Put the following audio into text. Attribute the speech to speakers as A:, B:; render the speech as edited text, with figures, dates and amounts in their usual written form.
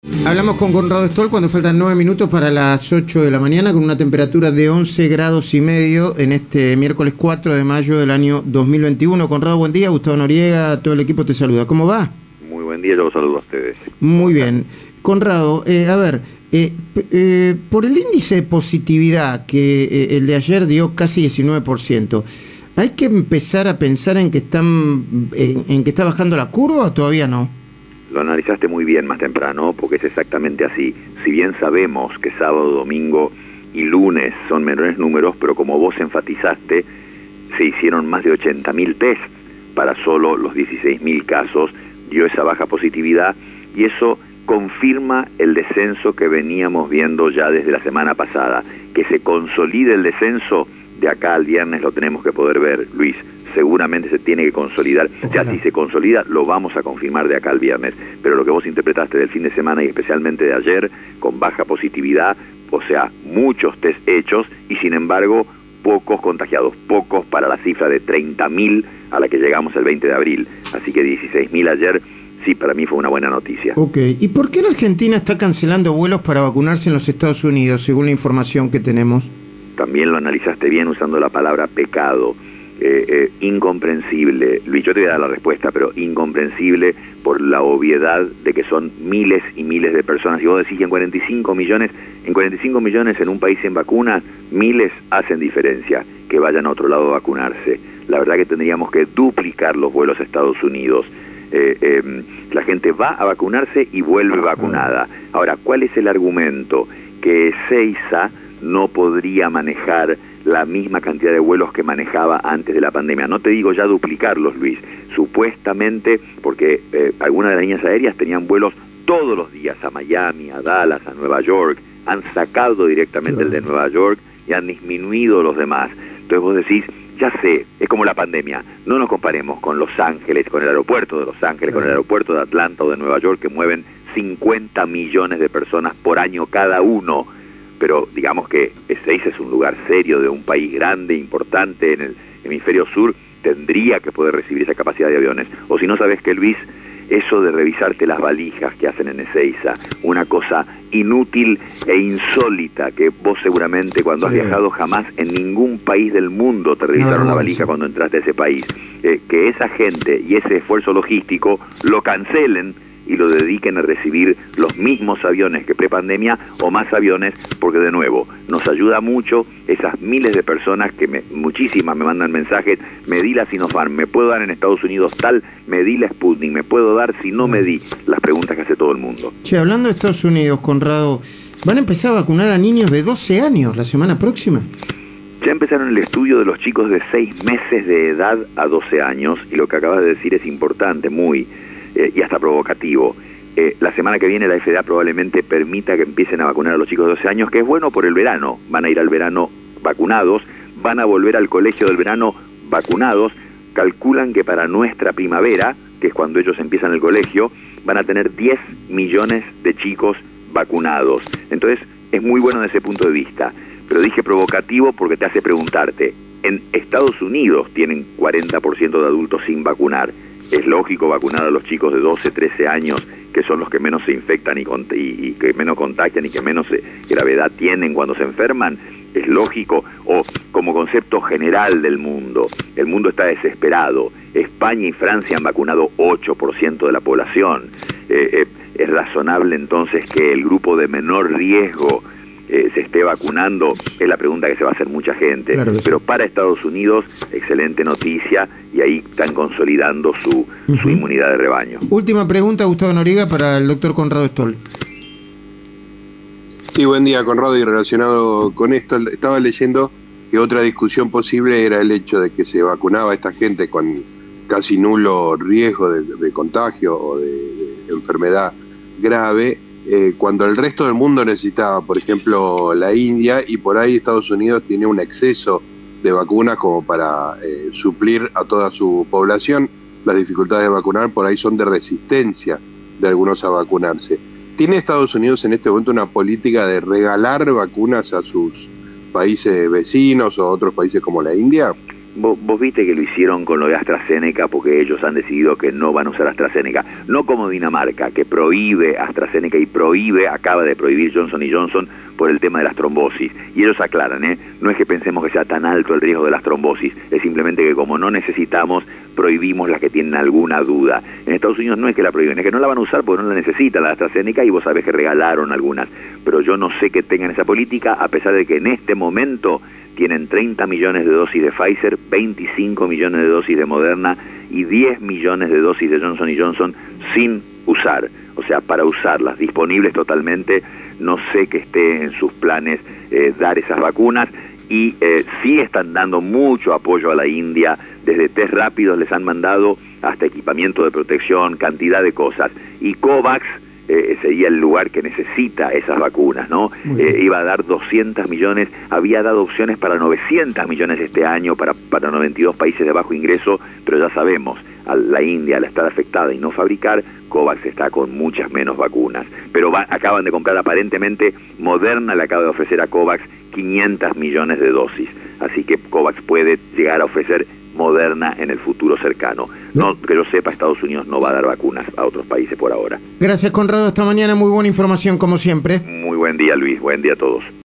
A: Hablamos con Conrado Stoll cuando faltan 9 minutos para las 8 de la mañana, con una temperatura de 11 grados y medio en este miércoles 4 de mayo del año 2021. Conrado, buen día. Gustavo Noriega, todo el equipo te saluda. ¿Cómo va?
B: Muy buen día, yo los saludo a ustedes.
A: Muy bien. Conrado, por el índice de positividad que el de ayer dio casi 19%, ¿hay que empezar a pensar en que está bajando la curva o todavía no?
B: Lo analizaste muy bien más temprano, porque es exactamente así. Si bien sabemos que sábado, domingo y lunes son menores números, pero como vos enfatizaste, se hicieron más de 80.000 tests para solo los 16.000 casos, dio esa baja positividad, y eso confirma el descenso que veníamos viendo ya desde la semana pasada. Que se consolide el descenso, de acá al viernes lo tenemos que poder ver, Luis. Seguramente se tiene que consolidar. Ojalá. Ya si se consolida, lo vamos a confirmar de acá al viernes. Pero lo que vos interpretaste del fin de semana y especialmente de ayer, con baja positividad, o sea, muchos test hechos y sin embargo pocos contagiados, pocos para la cifra de 30.000 a la que llegamos el 20 de abril. Así que 16.000 ayer, sí, para mí fue una buena noticia.
A: Ok, ¿y por qué la Argentina está cancelando vuelos para vacunarse en los Estados Unidos, según la información que tenemos?
B: También lo analizaste bien usando la palabra pecado. Incomprensible, Luis, yo te voy a dar la respuesta, pero incomprensible por la obviedad de que son miles y miles de personas. Y vos decís que en 45 millones en un país sin vacunas, miles hacen diferencia que vayan a otro lado a vacunarse. La verdad que tendríamos que duplicar los vuelos a Estados Unidos. La gente va a vacunarse y vuelve vacunada. Ahora, ¿cuál es el argumento? Que Ezeiza no podría manejar la misma cantidad de vuelos que manejaba antes de la pandemia. No te digo ya duplicarlos, Luis. Supuestamente, porque algunas de las líneas aéreas tenían vuelos todos los días a Miami, a Dallas, a Nueva York. Han sacado directamente el de Nueva York y han disminuido los demás. Entonces vos decís, ya sé, es como la pandemia. No nos comparemos con Los Ángeles, con el aeropuerto de Los Ángeles, con el aeropuerto de Atlanta o de Nueva York, que mueven 50 millones de personas por año cada uno. Pero digamos que Ezeiza es un lugar serio de un país grande, importante en el hemisferio sur, tendría que poder recibir esa capacidad de aviones. O si no, sabes que, Luis, eso de revisarte las valijas que hacen en Ezeiza, una cosa inútil e insólita, que vos seguramente cuando has viajado jamás en ningún país del mundo te revisaron la valija cuando entraste a ese país. Que esa gente y ese esfuerzo logístico lo cancelen y lo dediquen a recibir los mismos aviones que prepandemia o más aviones, porque de nuevo nos ayuda mucho esas miles de personas que muchísimas me mandan mensajes: me di la Sinopharm, me puedo dar en Estados Unidos tal, me di la Sputnik, me puedo dar si no me di. Las preguntas que hace todo el mundo.
A: Che, hablando de Estados Unidos, Conrado, ¿van a empezar a vacunar a niños de 12 años la semana próxima?
B: Ya empezaron el estudio de los chicos de 6 meses de edad a 12 años, y lo que acabas de decir es importante, muy y hasta provocativo. La semana que viene la FDA probablemente permita que empiecen a vacunar a los chicos de 12 años, que es bueno por el verano. Van a ir al verano vacunados, van a volver al colegio del verano vacunados. Calculan que para nuestra primavera, que es cuando ellos empiezan el colegio, van a tener 10 millones de chicos vacunados. Entonces es muy bueno desde ese punto de vista. Pero dije provocativo porque te hace preguntarte, en Estados Unidos tienen 40% de adultos sin vacunar. Es lógico vacunar a los chicos de 12, 13 años, que son los que menos se infectan y que menos contagian y que menos gravedad tienen cuando se enferman. Es lógico. O como concepto general del mundo, el mundo está desesperado. España y Francia han vacunado 8% de la población. Es razonable entonces que el grupo de menor riesgo se esté vacunando. Es la pregunta que se va a hacer mucha gente. Claro, pero para Estados Unidos, excelente noticia, y ahí están consolidando su inmunidad de rebaño.
A: Última pregunta, Gustavo Noriega, para el doctor Conrado Stoll.
C: Sí, buen día, Conrado, y relacionado con esto, estaba leyendo que otra discusión posible era el hecho de que se vacunaba a esta gente con casi nulo riesgo de contagio o de enfermedad grave, cuando el resto del mundo necesitaba, por ejemplo, la India, y por ahí Estados Unidos tiene un exceso de vacunas como para suplir a toda su población. Las dificultades de vacunar por ahí son de resistencia de algunos a vacunarse. ¿Tiene Estados Unidos en este momento una política de regalar vacunas a sus países vecinos o otros países como la India?
B: Vos viste que lo hicieron con lo de AstraZeneca porque ellos han decidido que no van a usar AstraZeneca. No como Dinamarca, que prohíbe AstraZeneca y acaba de prohibir Johnson & Johnson por el tema de las trombosis. Y ellos aclaran, no es que pensemos que sea tan alto el riesgo de las trombosis, es simplemente que como no necesitamos, prohibimos las que tienen alguna duda. En Estados Unidos no es que la prohíben, es que no la van a usar porque no la necesitan la AstraZeneca y vos sabés que regalaron algunas. Pero yo no sé que tengan esa política, a pesar de que en este momento tienen 30 millones de dosis de Pfizer, 25 millones de dosis de Moderna y 10 millones de dosis de Johnson & Johnson sin usar. O sea, para usarlas, disponibles totalmente. No sé que esté en sus planes dar esas vacunas. Y sí están dando mucho apoyo a la India. Desde test rápidos les han mandado hasta equipamiento de protección, cantidad de cosas. Y COVAX sería el lugar que necesita esas vacunas, ¿no? Iba a dar 200 millones, había dado opciones para 900 millones este año para 92 países de bajo ingreso, pero ya sabemos, a la India al estar afectada y no fabricar, COVAX está con muchas menos vacunas. Pero acaban de comprar aparentemente, Moderna le acaba de ofrecer a COVAX 500 millones de dosis, así que COVAX puede llegar a ofrecer Moderna en el futuro cercano. No, que yo sepa, Estados Unidos no va a dar vacunas a otros países por ahora.
A: Gracias, Conrado. Hasta mañana. Muy buena información, como siempre.
B: Muy buen día, Luis. Buen día a todos.